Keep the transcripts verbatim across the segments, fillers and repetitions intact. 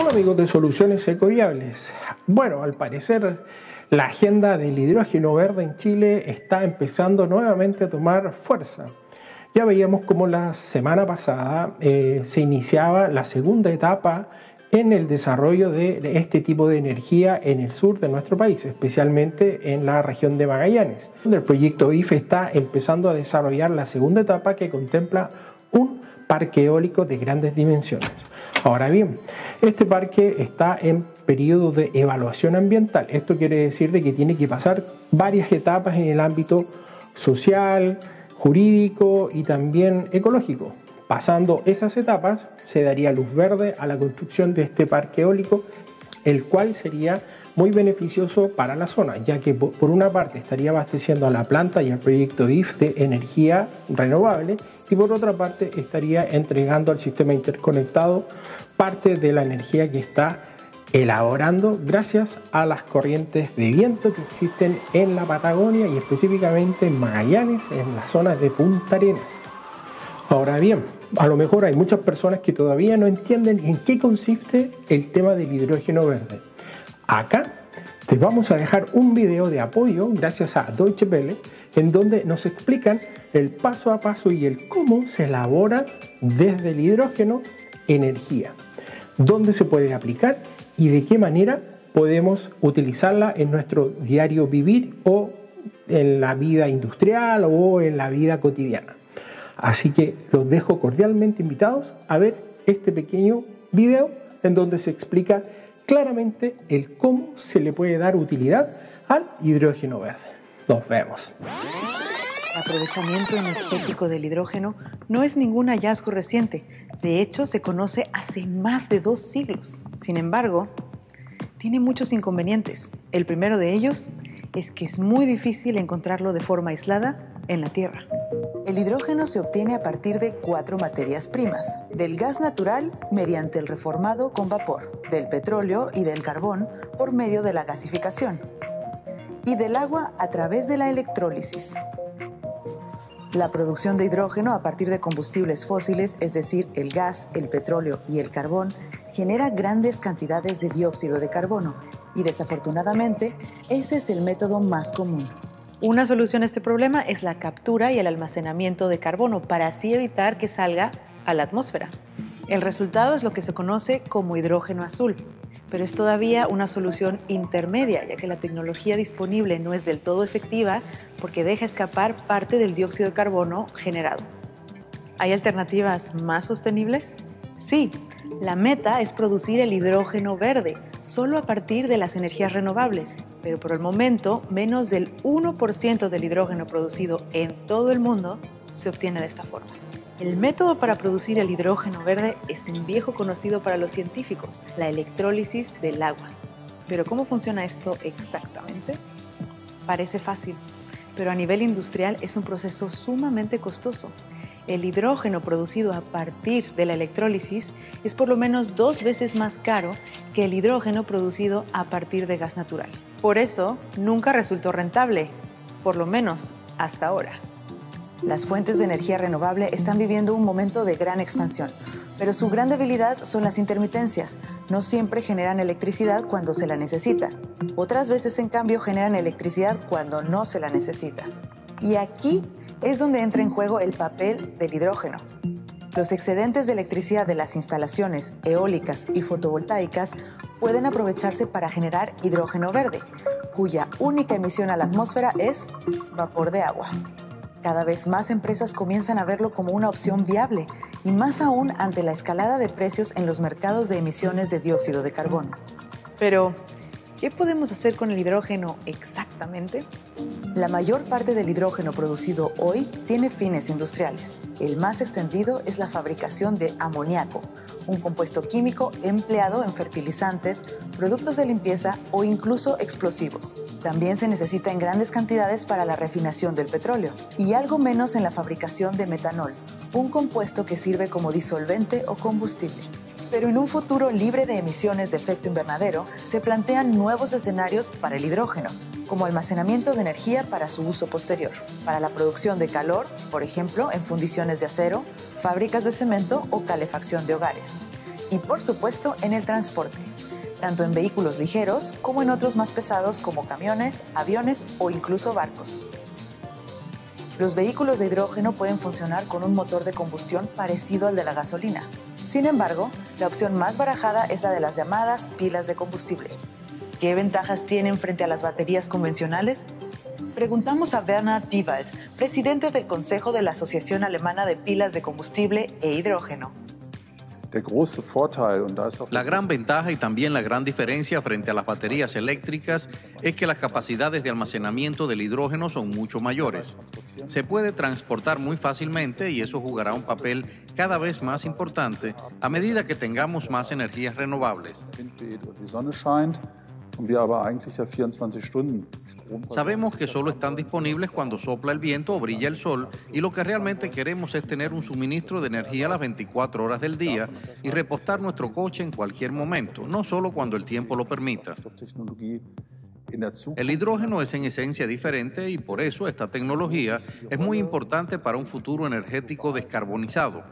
Hola amigos de Soluciones Ecoviables. Bueno, al parecer la agenda del hidrógeno verde en Chile está empezando nuevamente a tomar fuerza. Ya veíamos cómo la semana pasada eh, se iniciaba la segunda etapa en el desarrollo de este tipo de energía en el sur de nuestro país, especialmente en la región de Magallanes, donde el proyecto I F E está empezando a desarrollar la segunda etapa que contempla un parque eólico de grandes dimensiones. Ahora bien, este parque está en periodo de evaluación ambiental. Esto quiere decir de que tiene que pasar varias etapas en el ámbito social, jurídico y también ecológico. Pasando esas etapas, se daría luz verde a la construcción de este parque eólico, el cual sería muy beneficioso para la zona, ya que por una parte estaría abasteciendo a la planta y al proyecto I F E de energía renovable y por otra parte estaría entregando al sistema interconectado parte de la energía que está elaborando gracias a las corrientes de viento que existen en la Patagonia y específicamente en Magallanes, en las zonas de Punta Arenas. Ahora bien, a lo mejor hay muchas personas que todavía no entienden en qué consiste el tema del hidrógeno verde. Acá te vamos a dejar un video de apoyo gracias a Deutsche Welle en donde nos explican el paso a paso y el cómo se elabora desde el hidrógeno energía, dónde se puede aplicar y de qué manera podemos utilizarla en nuestro diario vivir o en la vida industrial o en la vida cotidiana. Así que los dejo cordialmente invitados a ver este pequeño video en donde se explica claramente el cómo se le puede dar utilidad al hidrógeno verde. Nos vemos. El aprovechamiento energético del hidrógeno no es ningún hallazgo reciente. De hecho, se conoce hace más de dos siglos. Sin embargo, tiene muchos inconvenientes. El primero de ellos es que es muy difícil encontrarlo de forma aislada en la Tierra. El hidrógeno se obtiene a partir de cuatro materias primas: del gas natural mediante el reformado con vapor, del petróleo y del carbón por medio de la gasificación, y del agua a través de la electrólisis. La producción de hidrógeno a partir de combustibles fósiles, es decir, el gas, el petróleo y el carbón, genera grandes cantidades de dióxido de carbono y desafortunadamente ese es el método más común. Una solución a este problema es la captura y el almacenamiento de carbono para así evitar que salga a la atmósfera. El resultado es lo que se conoce como hidrógeno azul, pero es todavía una solución intermedia, ya que la tecnología disponible no es del todo efectiva porque deja escapar parte del dióxido de carbono generado. ¿Hay alternativas más sostenibles? Sí, la meta es producir el hidrógeno verde, solo a partir de las energías renovables, pero por el momento menos del uno por ciento del hidrógeno producido en todo el mundo se obtiene de esta forma. El método para producir el hidrógeno verde es un viejo conocido para los científicos, la electrólisis del agua. ¿Pero cómo funciona esto exactamente? Parece fácil, pero a nivel industrial es un proceso sumamente costoso. El hidrógeno producido a partir de la electrólisis es por lo menos dos veces más caro que el hidrógeno producido a partir de gas natural. Por eso, nunca resultó rentable, por lo menos hasta ahora. Las fuentes de energía renovable están viviendo un momento de gran expansión, pero su gran debilidad son las intermitencias. No siempre generan electricidad cuando se la necesita. Otras veces, en cambio, generan electricidad cuando no se la necesita. Y aquí es donde entra en juego el papel del hidrógeno. Los excedentes de electricidad de las instalaciones eólicas y fotovoltaicas pueden aprovecharse para generar hidrógeno verde, cuya única emisión a la atmósfera es vapor de agua. Cada vez más empresas comienzan a verlo como una opción viable, y más aún ante la escalada de precios en los mercados de emisiones de dióxido de carbono. Pero, ¿qué podemos hacer con el hidrógeno exactamente? La mayor parte del hidrógeno producido hoy tiene fines industriales. El más extendido es la fabricación de amoníaco, un compuesto químico empleado en fertilizantes, productos de limpieza o incluso explosivos. También se necesita en grandes cantidades para la refinación del petróleo y algo menos en la fabricación de metanol, un compuesto que sirve como disolvente o combustible. Pero en un futuro libre de emisiones de efecto invernadero, se plantean nuevos escenarios para el hidrógeno, como almacenamiento de energía para su uso posterior, para la producción de calor, por ejemplo, en fundiciones de acero, fábricas de cemento o calefacción de hogares, y, por supuesto, en el transporte, tanto en vehículos ligeros como en otros más pesados como camiones, aviones o incluso barcos. Los vehículos de hidrógeno pueden funcionar con un motor de combustión parecido al de la gasolina. Sin embargo, la opción más barajada es la de las llamadas pilas de combustible. ¿Qué ventajas tienen frente a las baterías convencionales? Preguntamos a Bernhard Diewald, presidente del Consejo de la Asociación Alemana de Pilas de Combustible e Hidrógeno. La gran ventaja y también la gran diferencia frente a las baterías eléctricas es que las capacidades de almacenamiento del hidrógeno son mucho mayores. Se puede transportar muy fácilmente y eso jugará un papel cada vez más importante a medida que tengamos más energías renovables. Sabemos que solo están disponibles cuando sopla el viento o brilla el sol y lo que realmente queremos es tener un suministro de energía a las veinticuatro horas del día y repostar nuestro coche en cualquier momento, no solo cuando el tiempo lo permita. El hidrógeno es en esencia diferente y por eso esta tecnología es muy importante para un futuro energético descarbonizado.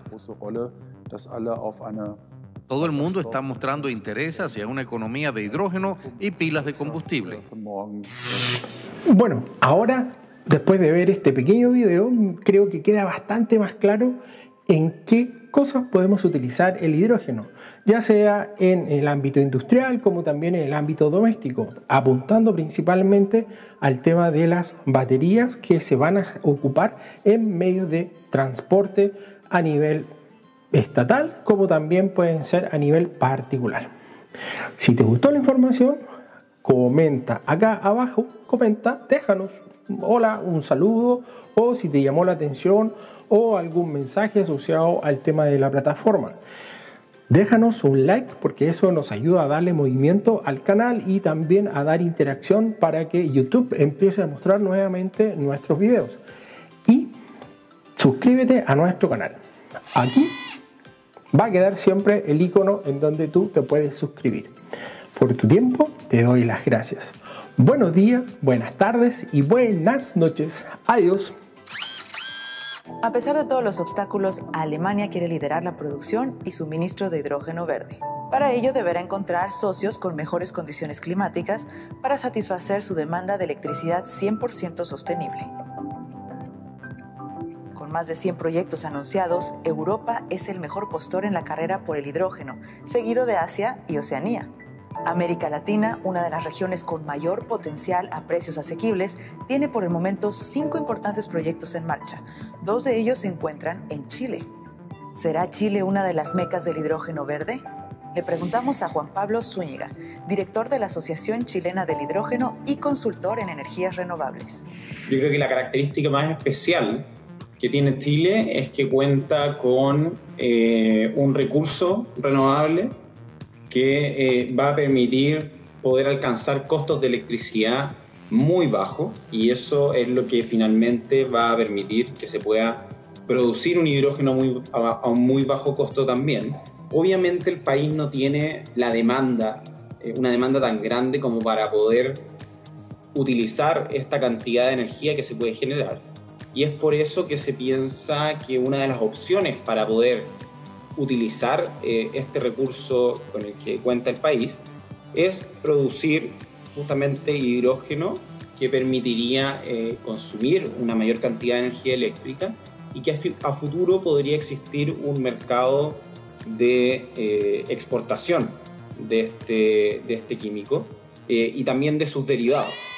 Todo el mundo está mostrando interés hacia una economía de hidrógeno y pilas de combustible. Bueno, ahora, después de ver este pequeño video, creo que queda bastante más claro en qué cosas podemos utilizar el hidrógeno, ya sea en el ámbito industrial como también en el ámbito doméstico, apuntando principalmente al tema de las baterías que se van a ocupar en medio de transporte a nivel estatal como también pueden ser a nivel particular. Si te gustó la información, comenta acá abajo, comenta, déjanos hola, un saludo o si te llamó la atención o algún mensaje asociado al tema de la plataforma. Déjanos un like porque eso nos ayuda a darle movimiento al canal y también a dar interacción para que YouTube empiece a mostrar nuevamente nuestros videos. Y suscríbete a nuestro canal. Aquí va a quedar siempre el icono en donde tú te puedes suscribir. Por tu tiempo te doy las gracias. Buenos días, buenas tardes y buenas noches. Adiós. A pesar de todos los obstáculos, Alemania quiere liderar la producción y suministro de hidrógeno verde. Para ello deberá encontrar socios con mejores condiciones climáticas para satisfacer su demanda de electricidad cien por ciento sostenible. Con más de cien proyectos anunciados, Europa es el mejor postor en la carrera por el hidrógeno, seguido de Asia y Oceanía. América Latina, una de las regiones con mayor potencial a precios asequibles, tiene por el momento cinco importantes proyectos en marcha. Dos de ellos se encuentran en Chile. ¿Será Chile una de las mecas del hidrógeno verde? Le preguntamos a Juan Pablo Zúñiga, director de la Asociación Chilena del Hidrógeno y consultor en energías renovables. Yo creo que la característica más especial que tiene Chile es que cuenta con eh, un recurso renovable que eh, va a permitir poder alcanzar costos de electricidad muy bajos y eso es lo que finalmente va a permitir que se pueda producir un hidrógeno muy, a, a un muy bajo costo también. Obviamente el país no tiene la demanda, eh, una demanda tan grande como para poder utilizar esta cantidad de energía que se puede generar y es por eso que se piensa que una de las opciones para poder utilizar eh, este recurso con el que cuenta el país es producir justamente hidrógeno que permitiría eh, consumir una mayor cantidad de energía eléctrica y que a futuro podría existir un mercado de eh, exportación de este, de este químico eh, y también de sus derivados.